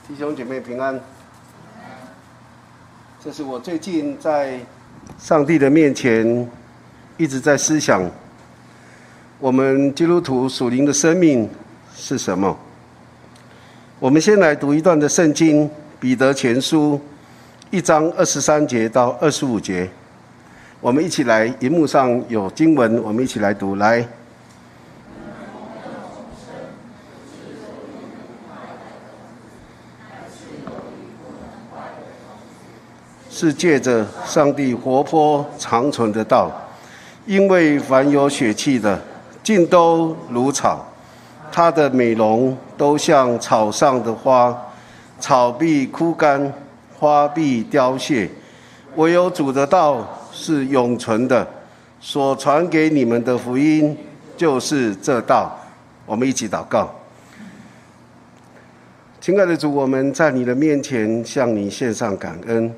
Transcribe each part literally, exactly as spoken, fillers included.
弟兄姐妹平安。这是我最近在上帝的面前一直在思想，我们基督徒属灵的生命是什么？我们先来读一段的圣经，彼得前书一章二十三节到二十五节。我们一起来，荧幕上有经文，我们一起来读。来，是借着上帝活泼长存的道，因为凡有血气的，尽都如草，它的美容都像草上的花，草必枯干，花必凋谢，唯有主的道是永存的。所传给你们的福音就是这道。我们一起祷告。亲爱的主，我们在你的面前向你献上感恩，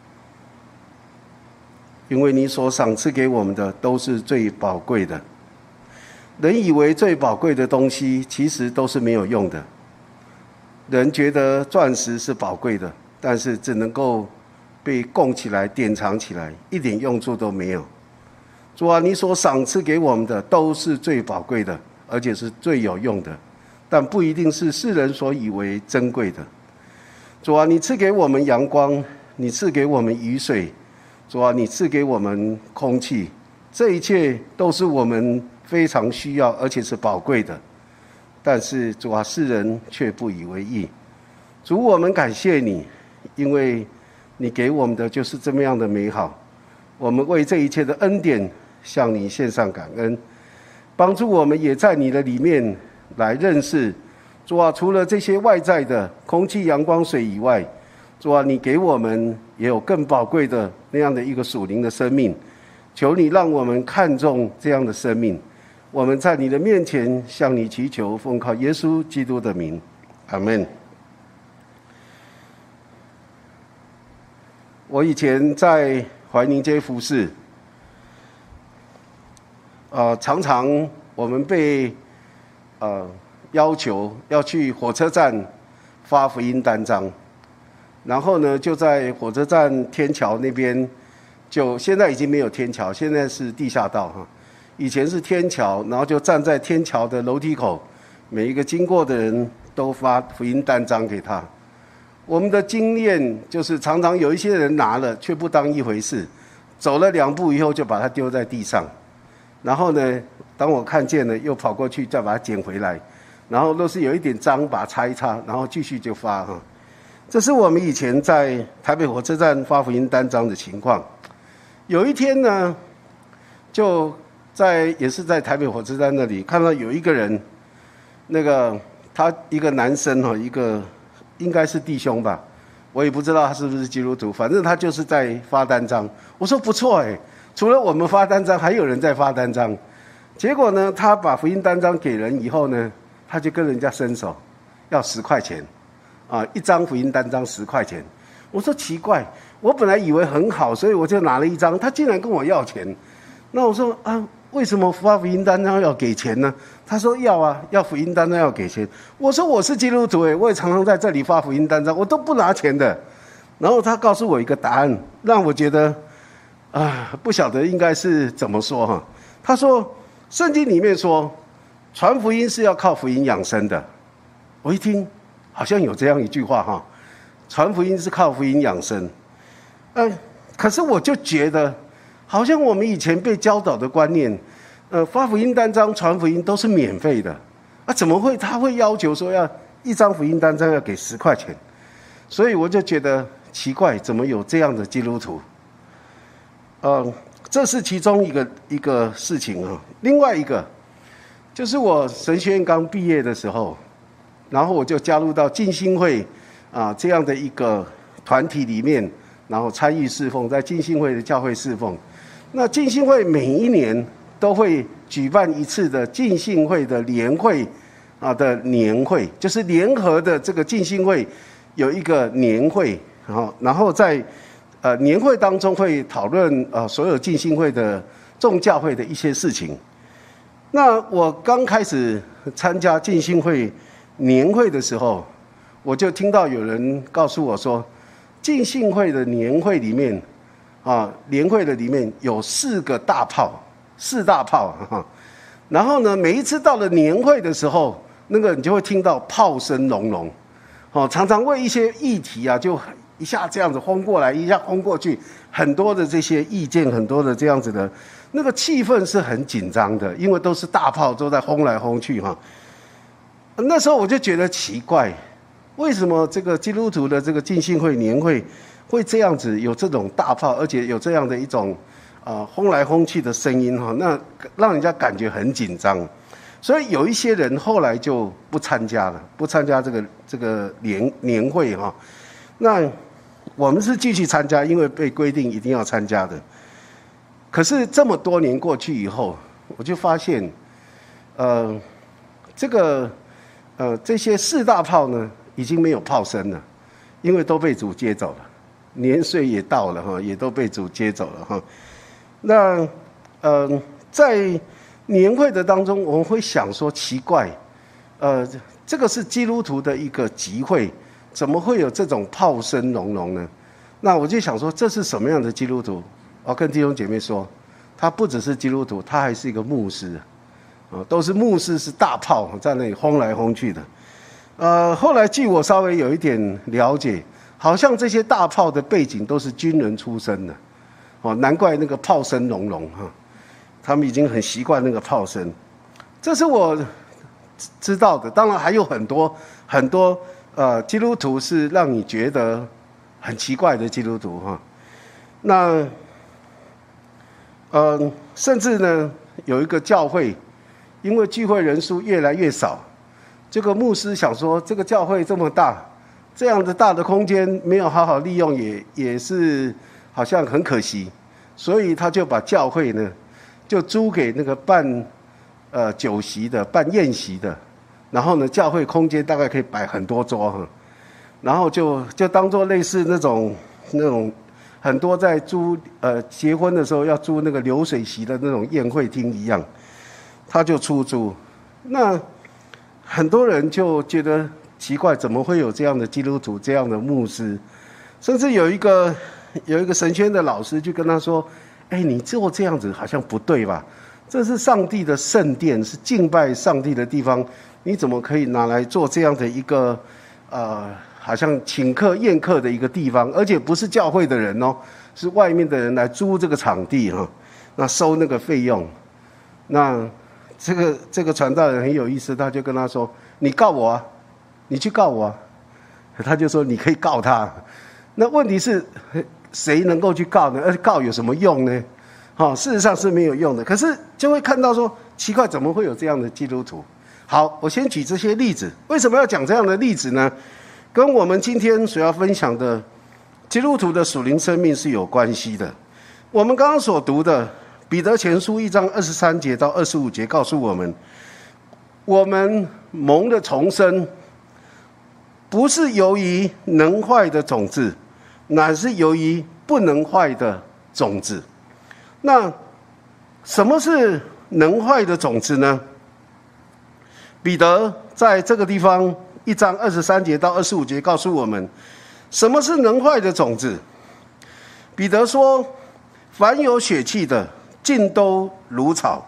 因为你所赏赐给我们的都是最宝贵的。人以为最宝贵的东西其实都是没有用的。人觉得钻石是宝贵的，但是只能够被供起来典藏起来，一点用处都没有。主啊，你所赏赐给我们的都是最宝贵的，而且是最有用的，但不一定是世人所以为珍贵的。主啊，你赐给我们阳光，你赐给我们雨水，主啊，你赐给我们空气，这一切都是我们非常需要而且是宝贵的。但是主啊，世人却不以为意。主，我们感谢你，因为你给我们的就是这么样的美好。我们为这一切的恩典向你献上感恩，帮助我们也在你的里面来认识。主啊，除了这些外在的空气、阳光、水以外，主啊，你给我们也有更宝贵的那样的一个属灵的生命。求你让我们看重这样的生命。我们在你的面前向你祈求，奉靠耶稣基督的名，阿们。我以前在怀宁街服侍，呃，常常我们被呃要求要去火车站发福音单张，然后呢，就在火车站天桥那边，就现在已经没有天桥，现在是地下道哈。以前是天桥，然后就站在天桥的楼梯口，每一个经过的人都发福音单张给他。我们的经验就是常常有一些人拿了却不当一回事，走了两步以后就把它丢在地上，然后呢，当我看见了又跑过去再把它捡回来，然后若是有一点脏把它擦一擦，然后继续就发哈。这是我们以前在台北火车站发福音单张的情况。有一天呢，就在也是在台北火车站那里看到有一个人，那个他一个男生哈，一个应该是弟兄吧，我也不知道他是不是基督徒，反正他就是在发单张。我说不错哎，除了我们发单张，还有人在发单张。结果呢，他把福音单张给人以后呢，他就跟人家伸手要十块钱，啊，一张福音单张十块钱。我说奇怪，我本来以为很好，所以我就拿了一张，他竟然跟我要钱。那我说啊，为什么发福音单张要给钱呢？他说要啊，要福音单张要给钱。我说我是基督徒诶，我也常常在这里发福音单张，我都不拿钱的。然后他告诉我一个答案，让我觉得啊，不晓得应该是怎么说哈。他说圣经里面说传福音是要靠福音养生的。我一听好像有这样一句话哈，传福音是靠福音养生。嗯、呃，可是我就觉得好像我们以前被教导的观念，呃，发福音单张、传福音都是免费的，啊，怎么会他会要求说要一张福音单张要给十块钱？所以我就觉得奇怪，怎么有这样的基督徒？呃，这是其中一个一个事情啊。另外一个就是我神学院刚毕业的时候，然后我就加入到浸信会啊这样的一个团体里面，然后参与侍奉，在浸信会的教会侍奉。那浸信会每一年都会举办一次的浸信会的联会啊的年会，就是联合的这个浸信会有一个年会，然后然后在呃年会当中会讨论呃所有浸信会的众教会的一些事情。那我刚开始参加浸信会年会的时候， 我就听到有人告诉我说，浸信会的年会里面，啊，年会的里面有四个大炮，四大炮哈。然后呢，每一次到了年会的时候，那个你就会听到炮声隆隆，哦，常常为一些议题啊，就一下这样子轰过来，一下轰过去，很多的这些意见，很多的这样子的，那个气氛是很紧张的，因为都是大炮都在轰来轰去哈。那时候我就觉得奇怪，为什么这个基督徒的这个浸信会年会会这样子有这种大炮，而且有这样的一种啊、呃、轰来轰去的声音哈，那让人家感觉很紧张。所以有一些人后来就不参加了，不参加这个这个年年会哈。那我们是继续参加，因为被规定一定要参加的。可是这么多年过去以后，我就发现，呃，这个呃这些四大炮呢，已经没有炮声了，因为都被主接走了，年岁也到了哈，也都被主接走了哈。那呃在年会的当中，我们会想说奇怪，呃，这个是基督徒的一个集会，怎么会有这种炮声隆隆呢？那我就想说，这是什么样的基督徒？我跟弟兄姐妹说，他不只是基督徒，他还是一个牧师，啊，都是牧师，是大炮在那里轰来轰去的。呃，后来据我稍微有一点了解，好像这些大炮的背景都是军人出身的，哦，难怪那个炮声隆隆哈。他们已经很习惯那个炮声，这是我知道的。当然还有很多很多呃基督徒是让你觉得很奇怪的基督徒哈。那呃甚至呢有一个教会，因为聚会人数越来越少，这个牧师想说这个教会这么大，这样的大的空间没有好好利用也也是好像很可惜，所以他就把教会呢就租给那个办呃酒席的、办宴席的，然后呢，教会空间大概可以摆很多桌哈，然后就就当做类似那种那种很多在租呃结婚的时候要租那个流水席的那种宴会厅一样，他就出租。那很多人就觉得奇怪，怎么会有这样的基督徒、这样的牧师？甚至有一个有一个神学院的老师就跟他说，哎，你做这样子好像不对吧？这是上帝的圣殿，是敬拜上帝的地方，你怎么可以拿来做这样的一个呃，好像请客宴客的一个地方？而且不是教会的人哦，是外面的人来租这个场地哈，那收那个费用。那这个这个传道人很有意思，他就跟他说：“你告我啊，你去告我啊。”他就说：“你可以告他。”那问题是，谁能够去告呢？而告有什么用呢？好，事实上是没有用的。可是就会看到说，奇怪，怎么会有这样的基督徒？好，我先举这些例子。为什么要讲这样的例子呢？跟我们今天所要分享的基督徒的属灵生命是有关系的。我们刚刚所读的彼得前书一章二十三节到二十五节告诉我们，我们蒙的重生，不是由于能坏的种子，乃是由于不能坏的种子。那什么是能坏的种子呢？彼得在这个地方一章二十三节到二十五节告诉我们，什么是能坏的种子。彼得说，凡有血气的，尽都如草，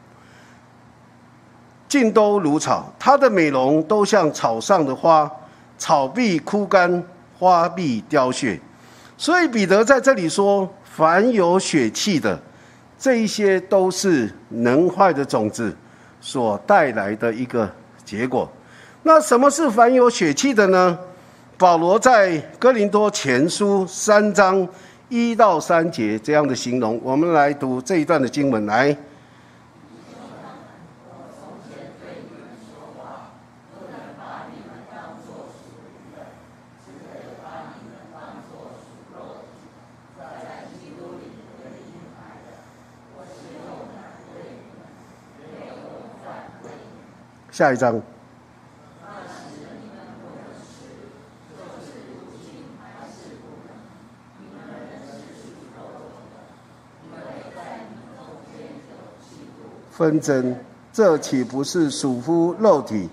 尽都如草，它的美容都像草上的花，草必枯干，花必凋谢。所以彼得在这里说，凡有血气的，这一些都是能坏的种子所带来的一个结果。那什么是凡有血气的呢？保罗在哥林多前书三章一到三节这样的形容。我们来读这一段的经文来。下一章。纷争，这岂不是属乎肉体，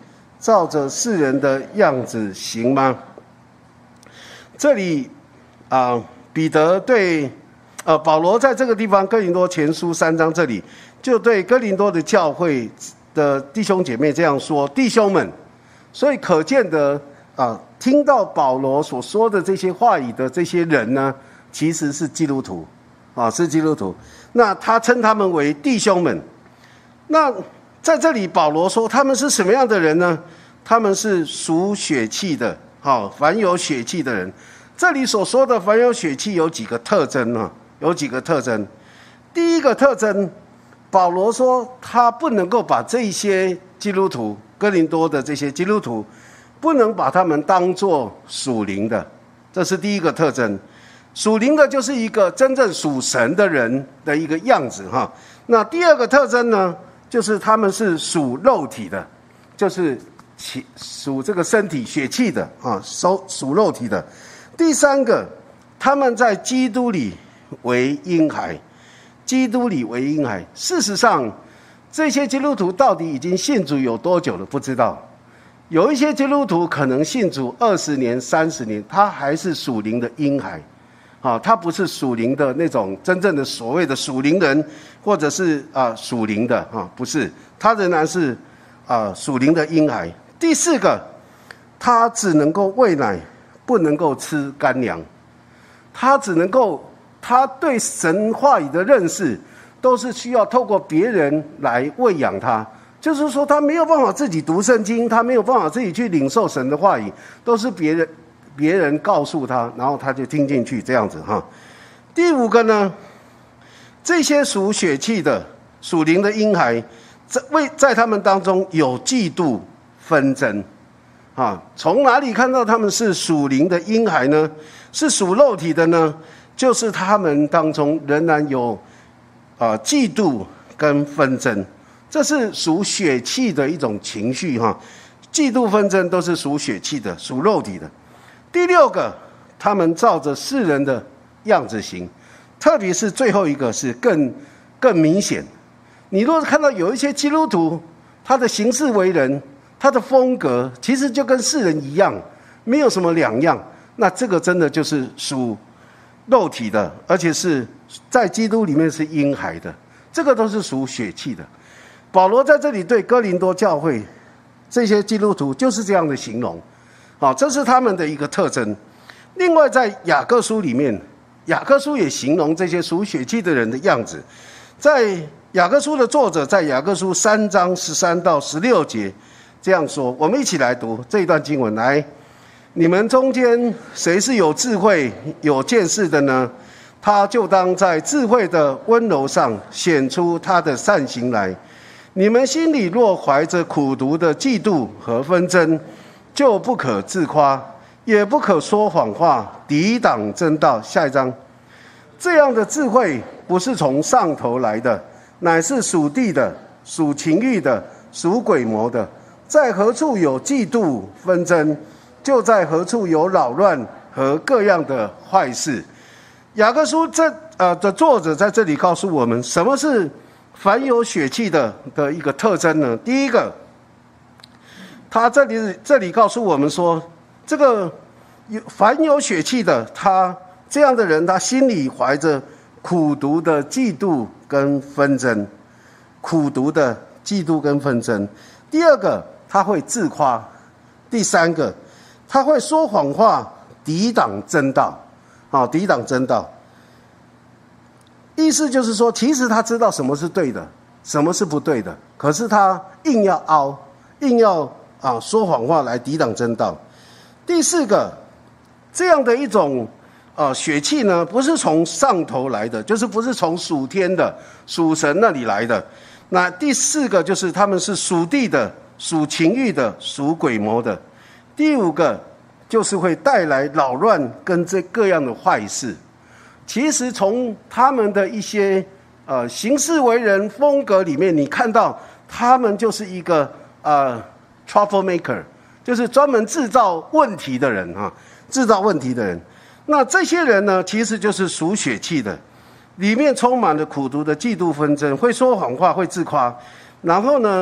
照着世人的样子行吗？这里啊、呃，彼得对呃保罗在这个地方哥林多前书三章这里就对哥林多的教会的弟兄姐妹这样说：弟兄们，所以可见的啊、呃，听到保罗所说的这些话语的这些人呢，其实是基督徒啊，是基督徒。那他称他们为弟兄们。那在这里保罗说他们是什么样的人呢？他们是属血气的，好，凡有血气的人。这里所说的凡有血气有几个特征啊？有几个特征。第一个特征，保罗说他不能够把这些基督徒，哥林多的这些基督徒，不能把他们当作属灵的，这是第一个特征。属灵的就是一个真正属神的人的一个样子哈。那第二个特征呢，就是他们是属肉体的，就是属这个身体血气的啊，属属肉体的。第三个，他们在基督里为婴孩，基督里为婴孩。事实上，这些基督徒到底已经信主有多久了？不知道。有一些基督徒可能信主二十年、三十年，他还是属灵的婴孩。啊，他不是属灵的那种真正的所谓的属灵人，或者是啊属灵的啊，不是，他仍然是啊属灵的婴孩。第四个，他只能够喂奶，不能够吃干粮，他只能够他对神话语的认识都是需要透过别人来喂养他，就是说他没有办法自己读圣经，他没有办法自己去领受神的话语，都是别人。别人告诉他，然后他就听进去，这样子哈。第五个呢，这些属血气的、属灵的婴孩，在为在他们当中有嫉妒纷争，啊，从哪里看到他们是属灵的婴孩呢？是属肉体的呢？就是他们当中仍然有啊嫉妒跟纷争，这是属血气的一种情绪哈。嫉妒纷争都是属血气的、属肉体的。第六个，他们照着世人的样子行，特别是最后一个是更更明显。你若看到有一些基督徒，他的行事为人，他的风格，其实就跟世人一样，没有什么两样，那这个真的就是属肉体的，而且是在基督里面是婴孩的，这个都是属血气的。保罗在这里对哥林多教会这些基督徒就是这样的形容。好，这是他们的一个特征。另外，在雅各书里面，雅各书也形容这些属血气的人的样子。在雅各书的作者在雅各书三章十三到十六节这样说，我们一起来读这一段经文。来，你们中间谁是有智慧、有见识的呢？他就当在智慧的温柔上显出他的善行来。你们心里若怀着苦毒的嫉妒和纷争，就不可自夸，也不可说谎话，抵挡真道。下一章，这样的智慧不是从上头来的，乃是属地的、属情欲的、属鬼魔的。在何处有嫉妒纷争，就在何处有扰乱和各样的坏事。雅各书这呃的作者在这里告诉我们，什么是凡有血气的的一个特征呢？第一个，他这里这里告诉我们说，这个凡有血气的，他这样的人，他心里怀着苦毒的嫉妒跟纷争，苦毒的嫉妒跟纷争。第二个，他会自夸；第三个，他会说谎话，抵挡真道。好，抵挡真道。意思就是说，其实他知道什么是对的，什么是不对的，可是他硬要凹，硬要啊说谎话来抵挡真道。第四个，这样的一种呃血气呢，不是从上头来的，就是不是从属天的、属神那里来的。那第四个就是他们是属地的、属情欲的、属鬼魔的。第五个就是会带来扰乱跟这各样的坏事。其实从他们的一些呃行事为人风格里面，你看到他们就是一个呃 trouble maker， 就是专门制造问题的人啊，制造问题的人。那这些人呢，其实就是属血气的，里面充满了苦毒的嫉妒纷争，会说谎话，会自夸，然后呢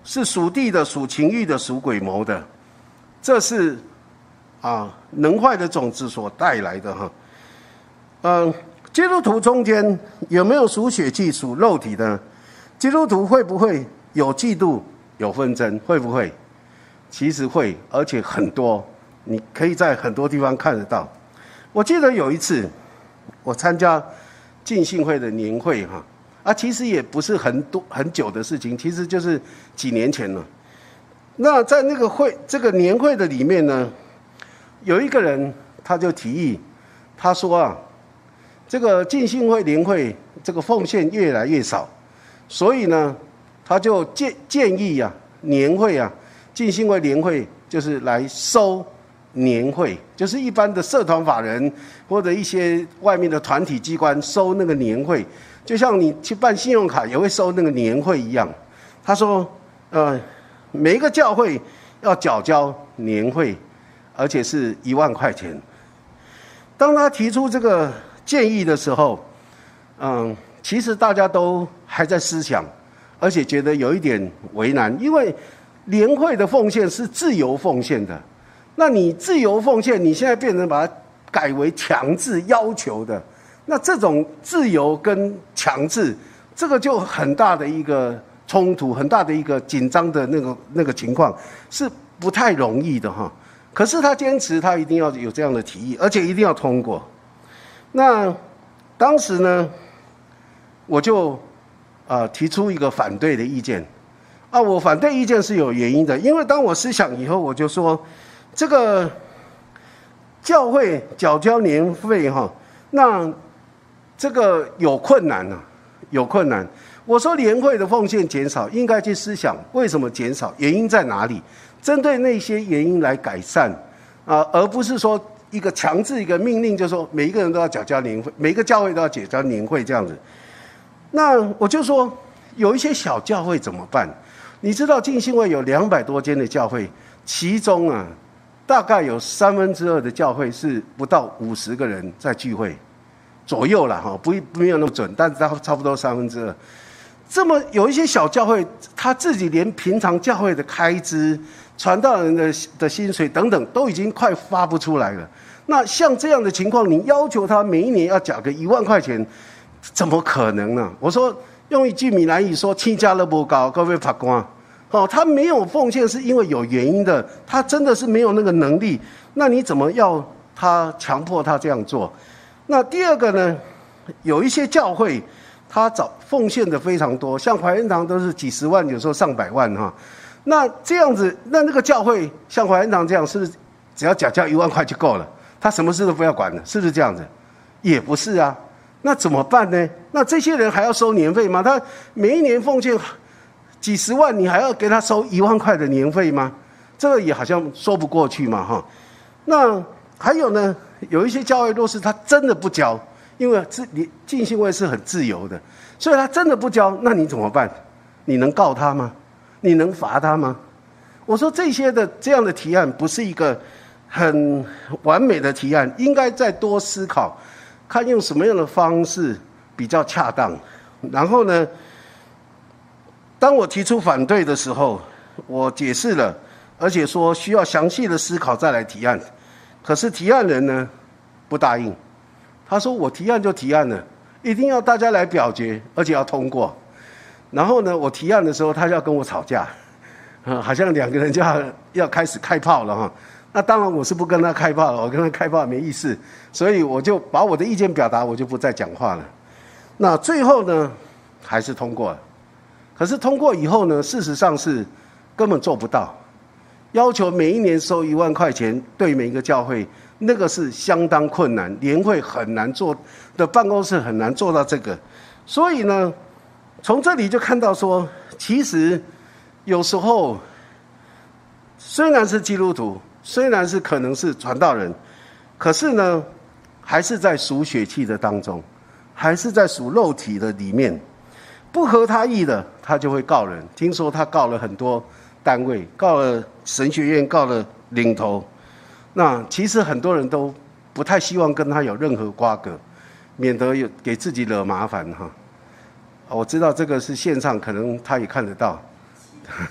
是属地的、属情欲的、属鬼谋的，这是啊能坏的种子所带来的哈。嗯，基督徒中间有没有属血气、属肉体的？基督徒会不会有嫉妒、有纷争？会不会？其实会，而且很多，你可以在很多地方看得到。我记得有一次，我参加浸信会的年会哈，啊，其实也不是很多很久的事情，其实就是几年前了。那在那个会这个年会的里面呢，有一个人他就提议，他说啊，这个浸信会年会这个奉献越来越少，所以呢，他就建建议啊，年会啊。浸信会年会就是来收年会，就是一般的社团法人或者一些外面的团体机关收那个年会，就像你去办信用卡也会收那个年会一样。他说，呃，每一个教会要缴交年会，而且是一万块钱。当他提出这个建议的时候，嗯，其实大家都还在思想，而且觉得有一点为难，因为年会的奉献是自由奉献的，那你自由奉献，你现在变成把它改为强制要求的，那这种自由跟强制，这个就很大的一个冲突，很大的一个紧张的那个那个情况，是不太容易的哈。可是他坚持，他一定要有这样的提议，而且一定要通过。那当时呢，我就呃提出一个反对的意见。啊，我反对意见是有原因的，因为当我思想以后，我就说，这个教会缴交年费哈，那这个有困难啊，有困难。我说年会的奉献减少，应该去思想为什么减少，原因在哪里，针对那些原因来改善啊，而不是说一个强制一个命令，就说每一个人都要缴交年会，每一个教会都要缴交年会这样子。那我就说，有一些小教会怎么办？你知道浸信会有两百多间的教会，其中啊，大概有三分之二的教会是不到五十个人在聚会左右了哈，不没有那么准，但是差不多三分之二。这么有一些小教会，他自己连平常教会的开支、传道人的的薪水等等，都已经快发不出来了。那像这样的情况，你要求他每一年要缴个一万块钱，怎么可能呢？我说。用一句闽南语说：“亲家都不高，各位法官，哦，他没有奉献是因为有原因的，他真的是没有那个能力。那你怎么要他强迫他这样做？那第二个呢？有一些教会，他找奉献的非常多，像怀恩堂都是几十万，有时候上百万哈。那这样子，那那个教会像怀恩堂这样，是不是只要缴交一万块就够了？他什么事都不要管了，是不是这样子？也不是啊。”那怎么办呢？那这些人还要收年费吗？他每一年奉献几十万，你还要给他收一万块的年费吗？这个也好像说不过去嘛，哈。那还有呢，有一些教会若是他真的不交，因为自浸信会是很自由的，所以他真的不交，那你怎么办？你能告他吗？你能罚他吗？我说这些的这样的提案不是一个很完美的提案，应该再多思考。看用什么样的方式比较恰当，然后呢，当我提出反对的时候，我解释了，而且说需要详细的思考再来提案。可是提案人呢不答应，他说我提案就提案了，一定要大家来表决，而且要通过。然后呢，我提案的时候，他要跟我吵架，啊，好像两个人就要要开始开炮了哈。那当然我是不跟他开炮了，我跟他开炮没意思，所以我就把我的意见表达，我就不再讲话了。那最后呢，还是通过了。可是通过以后呢，事实上是根本做不到，要求每一年收一万块钱，对每一个教会，那个是相当困难，联会很难做的，办公室很难做到这个。所以呢，从这里就看到说，其实有时候虽然是基督徒。虽然是可能是传道人，可是呢，还是在属血气的当中，还是在属肉体的里面，不合他意的，他就会告人。听说他告了很多单位，告了神学院，告了领头。那其实很多人都不太希望跟他有任何瓜葛，免得有给自己惹麻烦哈。我知道这个是线上，可能他也看得到。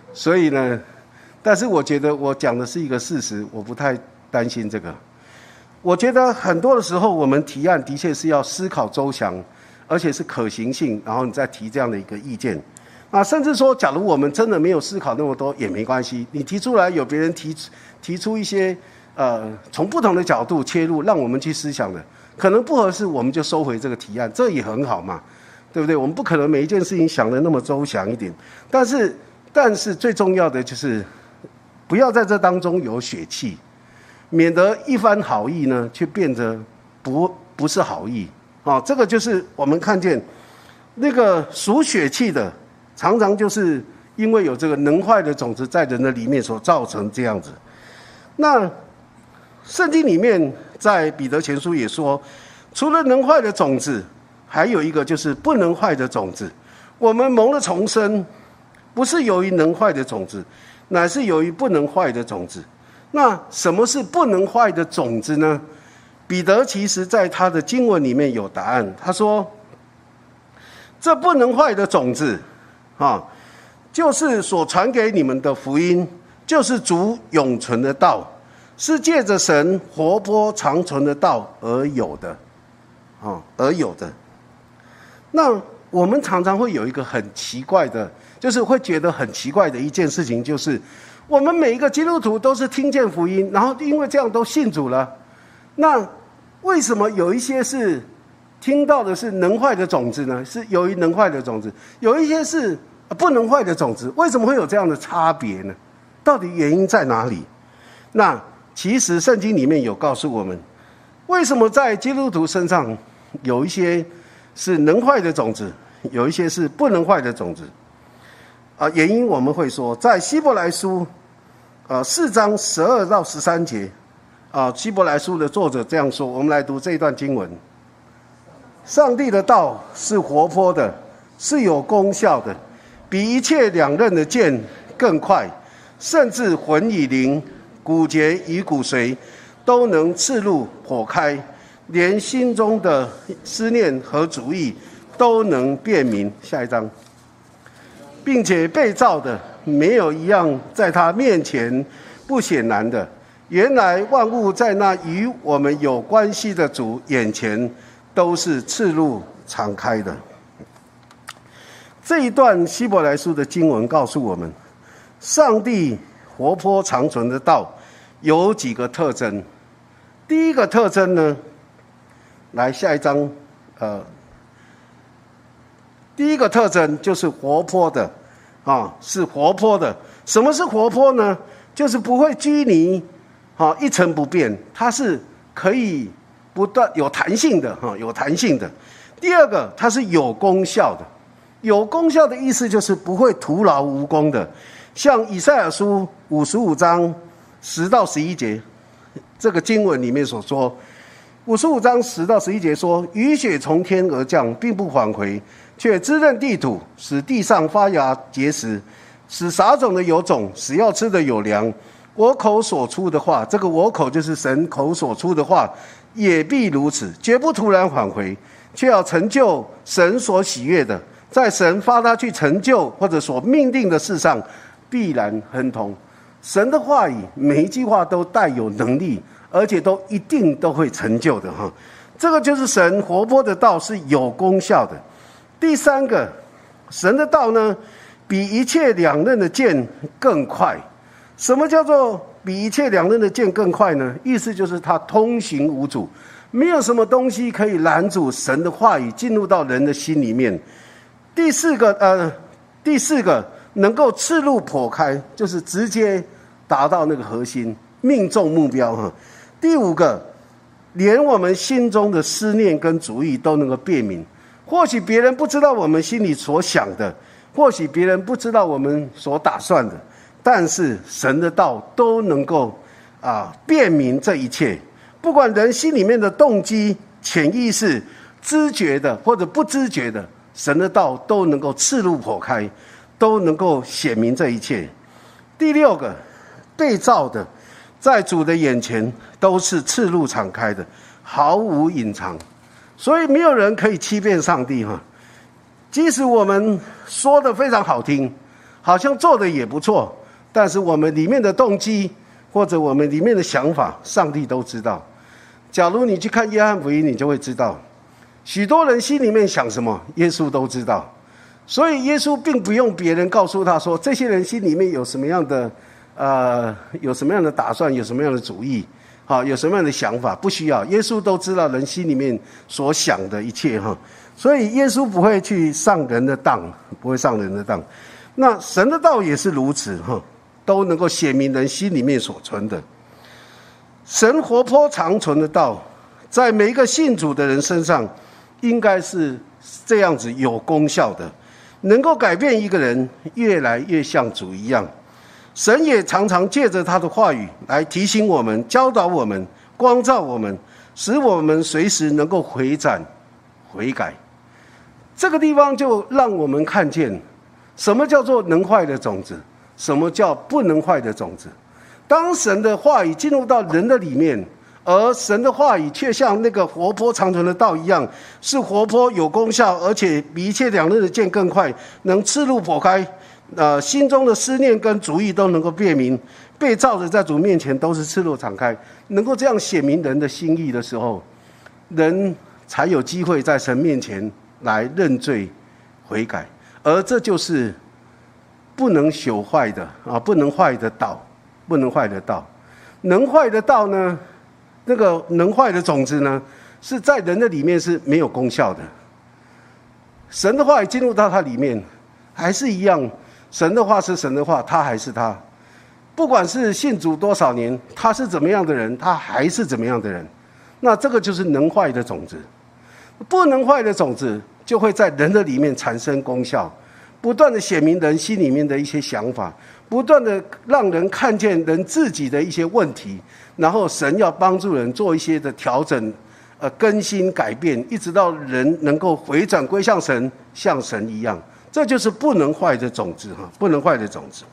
所以呢，但是我觉得我讲的是一个事实，我不太担心这个。我觉得很多的时候，我们提案的确是要思考周详，而且是可行性，然后你再提这样的一个意见。啊，甚至说，假如我们真的没有思考那么多也没关系，你提出来有别人提提出一些呃从不同的角度切入，让我们去思想的，可能不合适，我们就收回这个提案，这也很好嘛，对不对？我们不可能每一件事情想得那么周详一点，但是但是最重要的就是不要在这当中有血气，免得一番好意呢，却变得不不是好意啊。这个就是我们看见那个属血气的。常常就是因为有这个能坏的种子在人的里面所造成这样子。那圣经里面在彼得前书也说，除了能坏的种子，还有一个就是不能坏的种子。我们蒙了重生，不是由于能坏的种子，乃是由于不能坏的种子。那什么是不能坏的种子呢？彼得其实在他的经文里面有答案，他说这不能坏的种子啊，就是所传给你们的福音，就是主永存的道，是借着神活泼长存的道而有的，啊，而有的。那我们常常会有一个很奇怪的，就是会觉得很奇怪的一件事情，就是我们每一个基督徒都是听见福音，然后因为这样都信主了，那为什么有一些是听到的是能坏的种子呢？是由于能坏的种子，有一些是不能坏的种子，为什么会有这样的差别呢？到底原因在哪里？那其实圣经里面有告诉我们，为什么在基督徒身上有一些是能坏的种子，有一些是不能坏的种子啊？原因我们会说，在希伯来书呃四章十二到十三节啊，希伯来书的作者这样说，我们来读这一段经文。上帝的道是活泼的，是有功效的，比一切两刃的剑更快，甚至魂与灵、骨节与骨髓都能刺入剖开，连心中的思念和主意都能辨明。下一章，并且被造的没有一样在他面前不显然的。原来万物在那与我们有关系的主眼前都是赤露敞开的。这一段希伯来书的经文告诉我们，上帝活泼长存的道有几个特征。第一个特征呢，来下一章，呃，第一个特征就是活泼的，啊，是活泼的。什么是活泼呢？就是不会拘泥，啊，一成不变，它是可以不断有弹性的，哈，有弹性的。第二个，它是有功效的。有功效的意思就是不会徒劳无功的。像以赛亚书五十五章十到十一节，这个经文里面所说，五十五章十到十一节说：雨雪从天而降，并不返回，却滋润地土，使地上发芽结实，使撒种的有种，使要吃的有粮。我口所出的话，这个我口就是神口所出的话，也必如此，绝不突然返回，却要成就神所喜悦的。在神发他去成就或者所命定的事上，必然亨通。神的话语每一句话都带有能力，而且都一定都会成就的哈。这个就是神活泼的道是有功效的。第三个，神的道呢，比一切两刃的剑更快。什么叫做比一切两刃的剑更快呢？意思就是它通行无阻，没有什么东西可以拦阻神的话语进入到人的心里面。第四个，呃，第四个能够刺入剖开，就是直接达到那个核心，命中目标哈。第五个，连我们心中的思念跟主意都能够辨明。或许别人不知道我们心里所想的，或许别人不知道我们所打算的，但是神的道都能够啊辨明这一切。不管人心里面的动机、潜意识、知觉的或者不知觉的，神的道都能够刺入剖开，都能够显明这一切。第六个，被造的在主的眼前都是赤露敞开的，毫无隐藏，所以没有人可以欺骗上帝哈。即使我们说的非常好听， 好像做的也不错，但是我们里面的动机或者我们里面的想法，上帝都知道。假如你去看约翰福音，你就会知道，许多人心里面想什么，耶稣都知道。所以耶稣并不用别人告诉他说，这些人心里面有什么样的呃，有什么样的打算，有什么样的主意，好，有什么样的想法，不需要，耶稣都知道人心里面所想的一切哈。所以耶稣不会去上人的当，不会上人的当。那神的道也是如此哈，都能够显明人心里面所存的。神活泼长存的道，在每一个信主的人身上，应该是这样子有功效的，能够改变一个人越来越像主一样。神也常常借着他的话语来提醒我们、教导我们、光照我们，使我们随时能够回转、悔改。这个地方就让我们看见，什么叫做能坏的种子，什么叫不能坏的种子。当神的话语进入到人的里面，而神的话语却像那个活泼长存的道一样，是活泼有功效，而且比一切两刃的剑更快，能刺入剖开，呃，心中的思念跟主意都能够辨明，被照着在主面前都是赤裸敞开，能够这样显明人的心意的时候，人才有机会在神面前来认罪悔改，而这就是不能朽坏的啊，不能坏的道。不能坏的道，能坏的道呢？那个能坏的种子呢，是在人的里面是没有功效的。神的话语进入到他里面，还是一样，神的话是神的话，他还是他。不管是信主多少年，他是怎么样的人，他还是怎么样的人。那这个就是能坏的种子。不能坏的种子就会在人的里面产生功效，不断的显明人心里面的一些想法，不断的让人看见人自己的一些问题，然后神要帮助人做一些的调整、呃更新改变，一直到人能够回转归向神，像神一样。这就是不能坏的种子哈，不能坏的种子。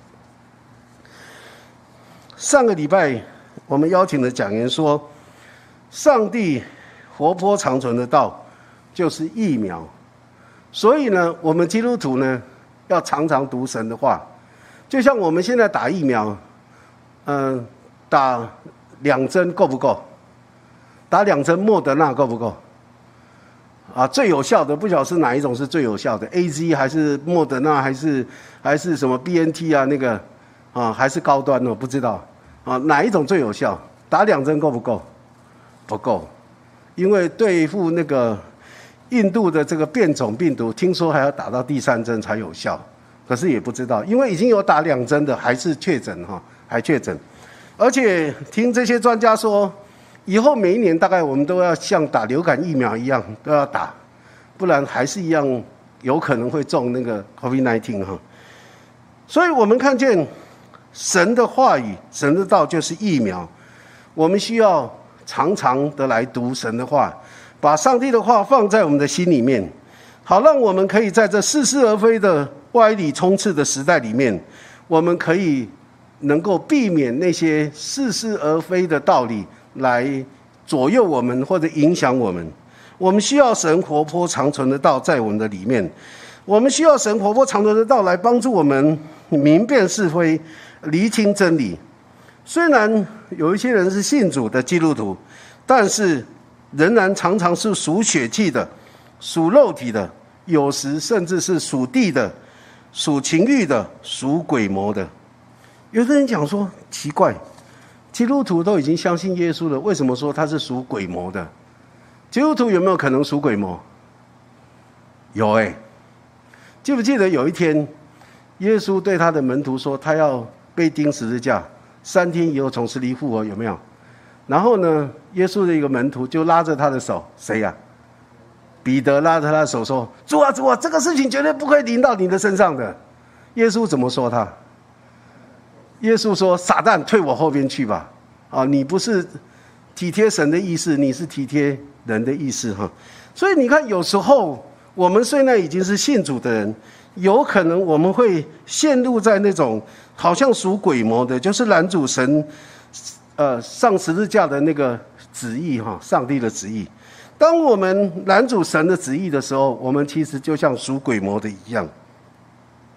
上个礼拜我们邀请的讲员说，上帝活泼长存的道就是疫苗，所以呢，我们基督徒呢要常常读神的话。就像我们现在打疫苗，嗯、呃，打两针够不够？打两针莫德纳够不够？啊，最有效的不晓得是哪一种是最有效的 ，A Z 还是莫德纳还是还是什么 B N T 啊？那个啊还是高端哦，不知道啊哪一种最有效？打两针够不够？不够，因为对付那个印度的这个变种病毒，听说还要打到第三针才有效。可是也不知道，因为已经有打两针的还是确诊哈，还确诊，而且听这些专家说，以后每一年大概我们都要像打流感疫苗一样都要打，不然还是一样有可能会中那个 COVID 十九 哈。所以我们看见神的话语、神的道就是疫苗，我们需要常常的来读神的话，把上帝的话放在我们的心里面，好让我们可以在这似是而非的歪理充斥的时代里面，我们可以能够避免那些似是而非的道理来左右我们或者影响我们。我们需要神活泼长存的道在我们的里面，我们需要神活泼长存的道来帮助我们明辨是非，厘清真理。虽然有一些人是信主的基督徒，但是仍然常常是属血气的、属肉体的，有时甚至是属地的、属情欲的、属鬼魔的。有的人讲说，奇怪，基督徒都已经相信耶稣了，为什么说他是属鬼魔的？基督徒有没有可能属鬼魔？有哎、欸，记不记得有一天，耶稣对他的门徒说，他要被钉十字架，三天以后从死里复活，有没有？然后呢，耶稣的一个门徒就拉着他的手，谁呀、啊？彼得拉着他的手说：“主啊，主啊，这个事情绝对不会临到你的身上的。”耶稣怎么说他？耶稣说：“撒旦，退我后边去吧！啊，你不是体贴神的意思，你是体贴人的意思哈。所以你看，有时候我们虽然已经是信主的人，有可能我们会陷入在那种好像属鬼魔的，就是拦阻神呃上十字架的那个旨意哈，上帝的旨意。当我们拦阻神的旨意的时候，我们其实就像属鬼魔的一样。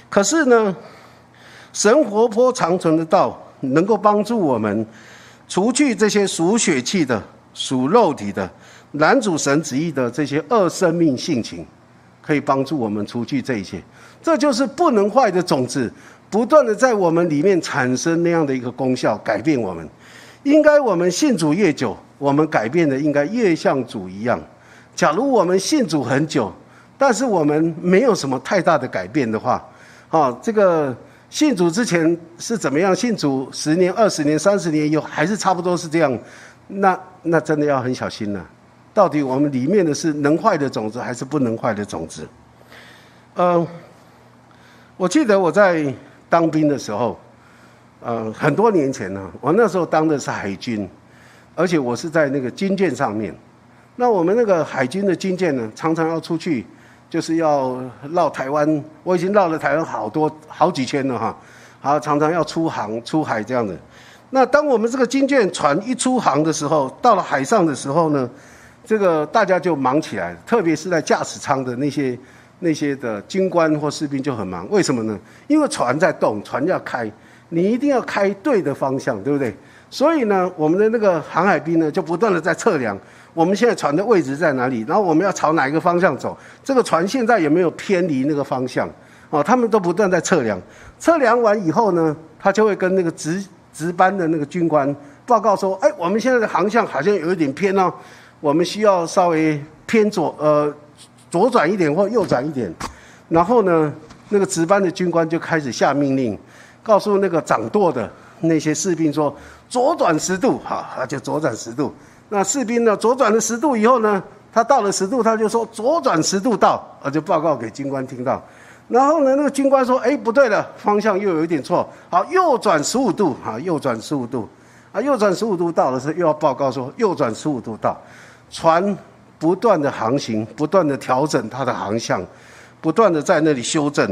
可是呢，神活泼长存的道能够帮助我们除去这些属血气的、属肉体的、拦阻神旨意的这些恶生命性情，可以帮助我们除去这一切。这就是不能坏的种子，不断的在我们里面产生那样的一个功效，改变我们。应该我们信主越久，我们改变的应该越像主一样。假如我们信主很久，但是我们没有什么太大的改变的话，啊，这个信主之前是怎么样？信主十年、二十年、三十年以后，还是差不多是这样，那那真的要很小心了。到底我们里面的是能坏的种子，还是不能坏的种子？嗯，我记得我在当兵的时候。呃，很多年前呢、啊，我那时候当的是海军，而且我是在那个军舰上面。那我们那个海军的军舰呢，常常要出去，就是要绕台湾。我已经绕了台湾好多好几圈了哈，好，常常要出航出海这样的。那当我们这个军舰船一出航的时候，到了海上的时候呢，这个大家就忙起来了，特别是在驾驶舱的那些那些的军官或士兵就很忙。为什么呢？因为船在动，船要开。你一定要开对的方向，对不对？所以呢，我们的那个航海兵呢，就不断的在测量我们现在船的位置在哪里，然后我们要朝哪一个方向走，这个船现在有没有偏离那个方向？哦，他们都不断在测量。测量完以后呢，他就会跟那个值值班的那个军官报告说：“哎，我们现在的航向好像有一点偏哦，我们需要稍微偏左，呃，左转一点或右转一点。”然后呢，那个值班的军官就开始下命令。告诉那个掌舵的那些士兵说左转十度，好，他就左转十度。那士兵呢，左转了十度以后呢，他到了十度，他就说左转十度到，啊，就报告给军官听到。然后呢，那个军官说，哎，不对了，方向又有一点错，好，右转十五度，好，右转十五度，啊，右转十五度到了时又要报告说右转十五度到。船不断的航行，不断的调整它的航向，不断的在那里修正。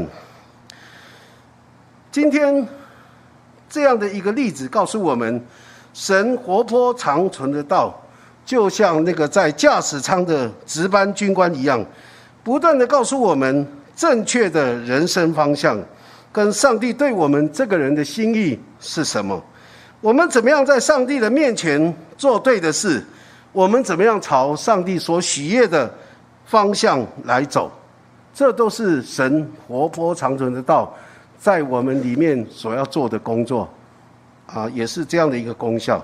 今天这样的一个例子告诉我们，神活泼长存的道，就像那个在驾驶舱的值班军官一样，不断的告诉我们正确的人生方向，跟上帝对我们这个人的心意是什么。我们怎么样在上帝的面前做对的事，我们怎么样朝上帝所喜悦的方向来走，这都是神活泼长存的道在我们里面所要做的工作，啊，也是这样的一个功效。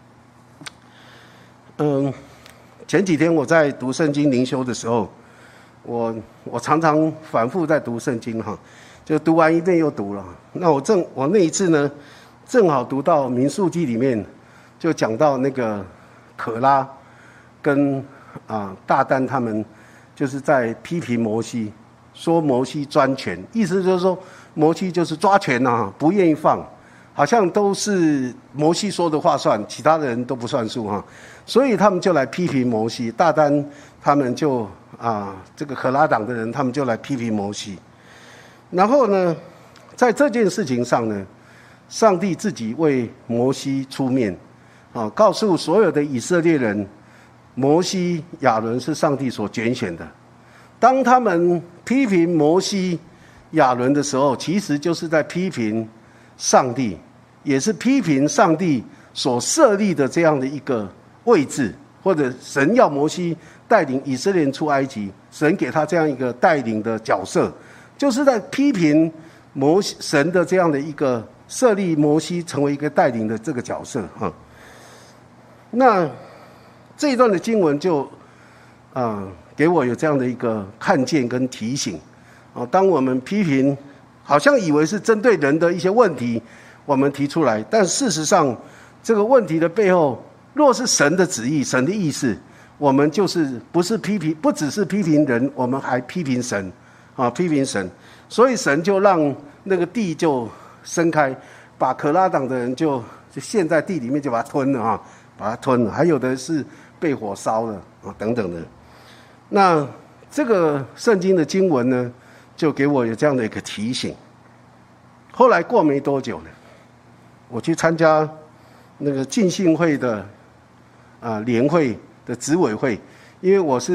嗯，前几天我在读圣经灵修的时候，我我常常反复在读圣经哈，就读完一遍又读了。那我正我那一次呢，正好读到民数记里面，就讲到那个可拉跟啊大丹他们，就是在批评摩西，说摩西专权，意思就是说。摩西就是抓权啊，不愿意放，好像都是摩西说的话算，其他的人都不算数哈。所以他们就来批评摩西，大丹他们就啊，这个可拉党的人他们就来批评摩西。然后呢，在这件事情上呢，上帝自己为摩西出面，啊，告诉所有的以色列人，摩西、亚伦是上帝所拣选的。当他们批评摩西、亚伦的时候，其实就是在批评上帝，也是批评上帝所设立的这样的一个位置，或者神要摩西带领以色列人出埃及，神给他这样一个带领的角色，就是在批评摩西神的这样的一个设立摩西成为一个带领的这个角色哈。那这一段的经文就啊、呃、给我有这样的一个看见跟提醒。哦，当我们批评，好像以为是针对人的一些问题，我们提出来，但事实上，这个问题的背后，若是神的旨意、神的意思，我们就是不是批评，不只是批评人，我们还批评神，啊，批评神。所以神就让那个地就伸开，把可拉党的人就就陷在地里面，就把它吞了啊，把它吞了。还有的是被火烧了啊，等等的。那这个圣经的经文呢？就给我有这样的一个提醒。后来过没多久呢，我去参加那个浸信会的啊联会的执委会，因为我是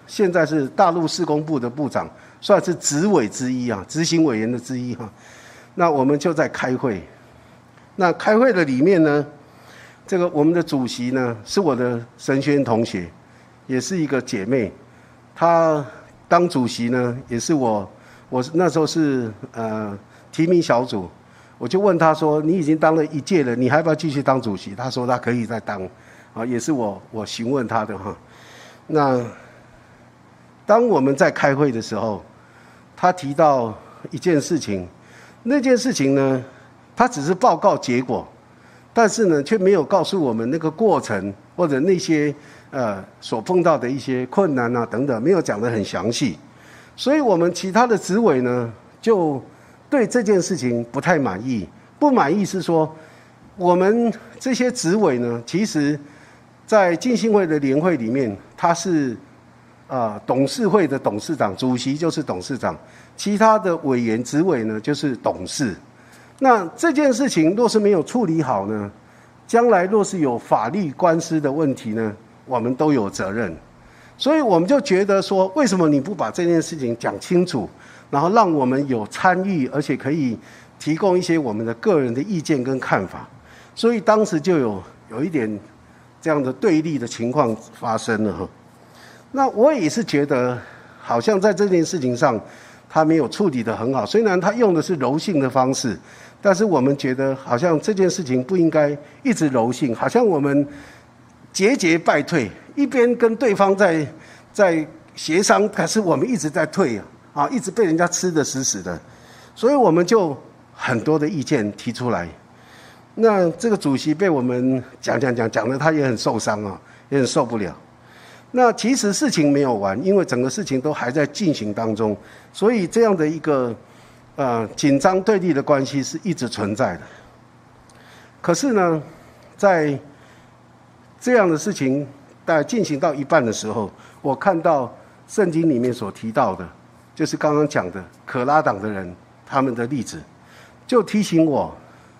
现在是大陆施工部的部长，算是执委之一啊，执行委员的之一哈。那我们就在开会，那开会的里面呢，这个我们的主席呢是我的神学院同学，也是一个姐妹，她当主席呢也是我，我那时候是呃提名小组，我就问她说：“你已经当了一届了，你还要不要继续当主席？”她说她可以再当，啊，也是我我询问她的哈。那当我们在开会的时候，她提到一件事情，那件事情呢，她只是报告结果。但是呢，却没有告诉我们那个过程或者那些呃所碰到的一些困难啊等等，没有讲得很详细，所以我们其他的执委呢，就对这件事情不太满意。不满意是说，我们这些执委呢，其实，在浸信会的联会里面，他是啊、呃、董事会的董事长，主席就是董事长，其他的委员执委呢就是董事。那这件事情若是没有处理好呢，将来若是有法律官司的问题呢，我们都有责任。所以我们就觉得说，为什么你不把这件事情讲清楚，然后让我们有参与，而且可以提供一些我们的个人的意见跟看法？所以当时就有有一点这样的对立的情况发生了哈。那我也是觉得，好像在这件事情上，他没有处理得很好。虽然他用的是柔性的方式，但是我们觉得好像这件事情不应该一直柔性，好像我们节节败退，一边跟对方在在协商，可是我们一直在退啊，啊，一直被人家吃得死死的，所以我们就很多的意见提出来。那这个主席被我们讲讲讲讲的，他也很受伤啊，也很受不了。那其实事情没有完，因为整个事情都还在进行当中，所以这样的一个呃紧张对立的关系是一直存在的。可是呢，在这样的事情在进行到一半的时候，我看到圣经里面所提到的，就是刚刚讲的可拉党的人他们的例子，就提醒我，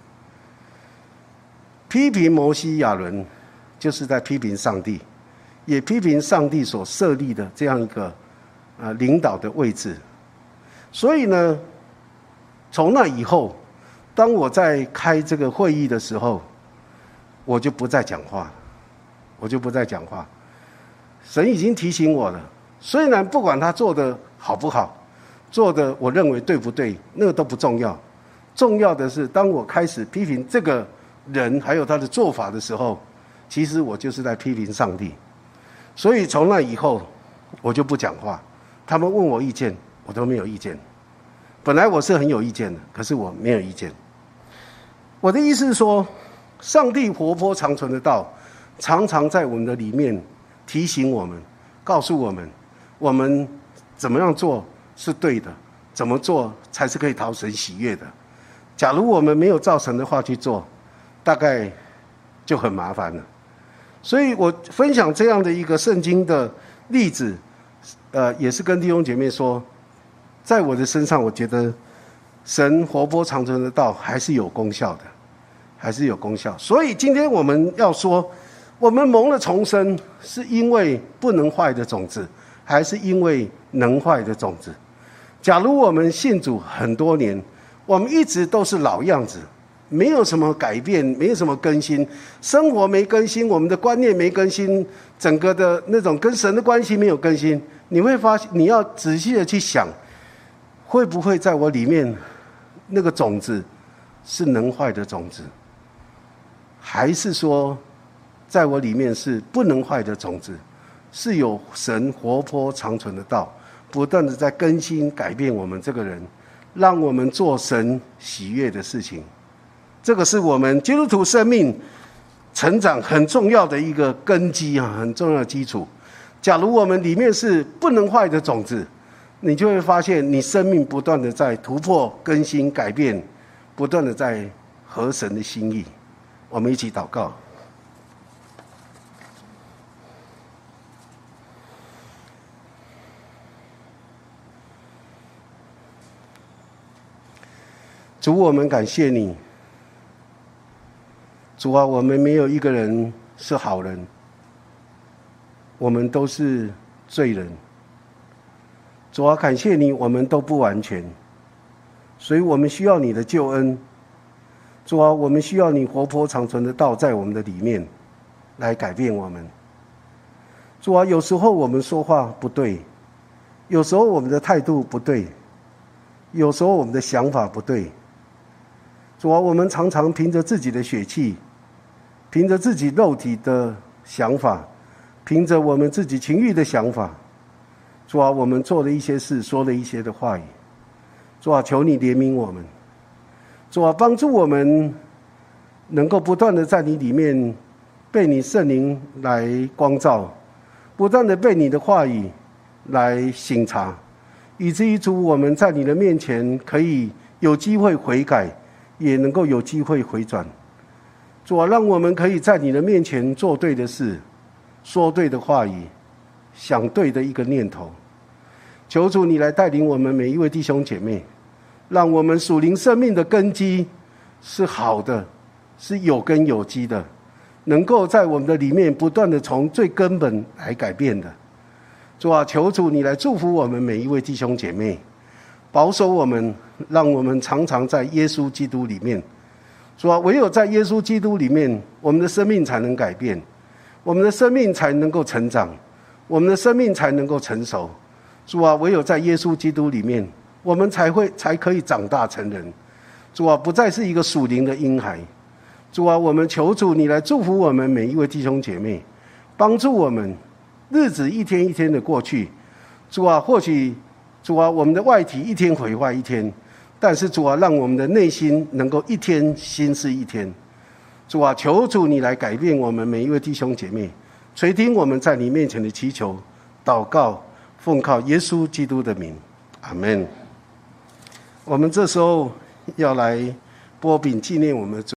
批评摩西亚伦就是在批评上帝，也批评上帝所设立的这样一个呃领导的位置。所以呢，从那以后，当我在开这个会议的时候，我就不再讲话，我就不再讲话。神已经提醒我了，虽然不管他做的好不好，做的我认为对不对，那个都不重要，重要的是当我开始批评这个人还有他的做法的时候，其实我就是在批评上帝。所以从那以后，我就不讲话。他们问我意见，我都没有意见。本来我是很有意见的，可是我没有意见。我的意思是说，上帝活泼长存的道，常常在我们的里面提醒我们，告诉我们，我们怎么样做是对的，怎么做才是可以讨神喜悦的。假如我们没有照神的话去做，大概就很麻烦了。所以我分享这样的一个圣经的例子，呃，也是跟弟兄姐妹说，在我的身上，我觉得神活泼长存的道还是有功效的，还是有功效。所以今天我们要说，我们蒙了重生，是因为不能坏的种子，还是因为能坏的种子？假如我们信主很多年，我们一直都是老样子，没有什么改变，没有什么更新，生活没更新，我们的观念没更新，整个的那种跟神的关系没有更新，你会发现，你要仔细的去想，会不会在我里面那个种子是能坏的种子，还是说在我里面是不能坏的种子，是有神活泼长存的道，不断的在更新改变我们这个人，让我们做神喜悦的事情。这个是我们基督徒生命成长很重要的一个根基啊，很重要的基础。假如我们里面是不能坏的种子，你就会发现你生命不断的在突破、更新、改变，不断的在合神的心意。我们一起祷告。主，我们感谢你。主啊，我们没有一个人是好人，我们都是罪人， 主啊，感谢你，我们都不完全，所以我们需要你的救恩。主啊，我们需要你活泼长存的道在我们的里面，来改变我们。主啊，有时候我们说话不对，有时候我们的态度不对，有时候我们的想法不对。主啊，我们常常凭着自己的血气，凭着自己肉体的想法，凭着我们自己情欲的想法，主啊，我们做了一些事，说了一些的话语。主啊，求你怜悯我们。主啊，帮助我们能够不断的在你里面被你圣灵来光照，不断的被你的话语来省察，以至于主我们在你的面前可以有机会悔改，也能够有机会回转。主啊，让我们可以在你的面前做对的事，说对的话语，想对的一个念头。求主你来带领我们每一位弟兄姐妹，让我们属灵生命的根基是好的，是有根有基的，能够在我们的里面不断的从最根本来改变的。主啊，求主你来祝福我们每一位弟兄姐妹，保守我们，让我们常常在耶稣基督里面。主啊，唯有在耶稣基督里面，我们的生命才能改变，我们的生命才能够成长，我们的生命才能够成熟。主啊，唯有在耶稣基督里面，我们才会才可以长大成人。主啊，不再是一个属灵的婴孩。主啊，我们求主你来祝福我们每一位弟兄姐妹，帮助我们日子一天一天的过去。主啊，或许主啊，我们的外体一天毁坏一天，但是主啊，让我们的内心能够一天新是一天。主啊，求主你来改变我们每一位弟兄姐妹，垂听我们在你面前的祈求祷告，奉靠耶稣基督的名，阿们。我们这时候要来擘饼纪念我们的主。